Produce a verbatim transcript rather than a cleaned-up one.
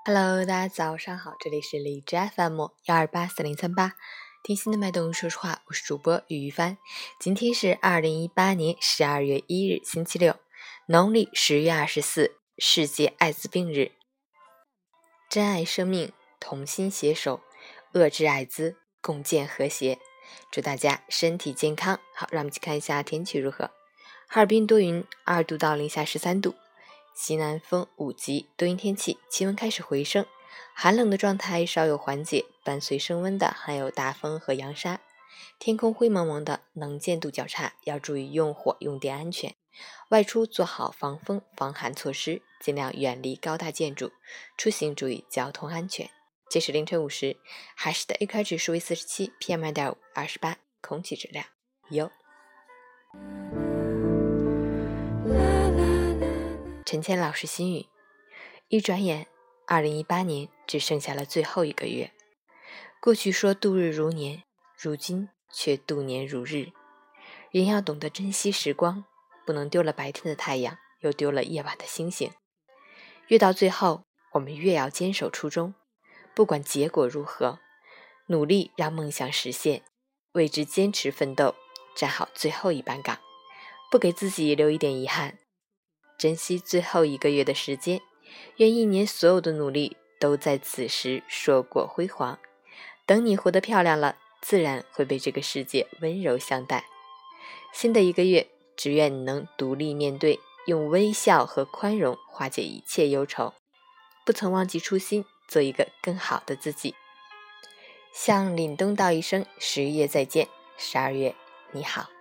Hello， 大家早上好，这里是荔枝 F M 幺二八四零三八，听心的脉动，说实话，我是主播于一帆。今天是二零一八年十二月一日，星期六，农历十月二十四，世界艾滋病日。珍爱生命，同心携手，遏制艾滋，共建和谐。祝大家身体健康。好，让我们去看一下天气如何。哈尔滨多云，二度到零下十三度。西南风五级，多云天气，气温开始回升，寒冷的状态稍有缓解，伴随升温的还有大风和扬沙。天空灰蒙蒙的，能见度较差，要注意用火用电安全。外出做好防风防寒措施，尽量远离高大建筑，出行注意交通安全。截止凌晨五时，海市的 A Q I 指数为四十七 ，P M 二点五 二十八，空气质量优。陈谦老师心语：一转眼，二零一八年只剩下了最后一个月。过去说度日如年，如今却度年如日。人要懂得珍惜时光，不能丢了白天的太阳，又丢了夜晚的星星。越到最后，我们越要坚守初衷，不管结果如何，努力让梦想实现，为之坚持奋斗，站好最后一班岗，不给自己留一点遗憾。珍惜最后一个月的时间，愿一年所有的努力都在此时硕果辉煌。等你活得漂亮了，自然会被这个世界温柔相待。新的一个月，只愿你能独立面对，用微笑和宽容化解一切忧愁，不曾忘记初心，做一个更好的自己。向凛冬道一声十月再见，十二月你好。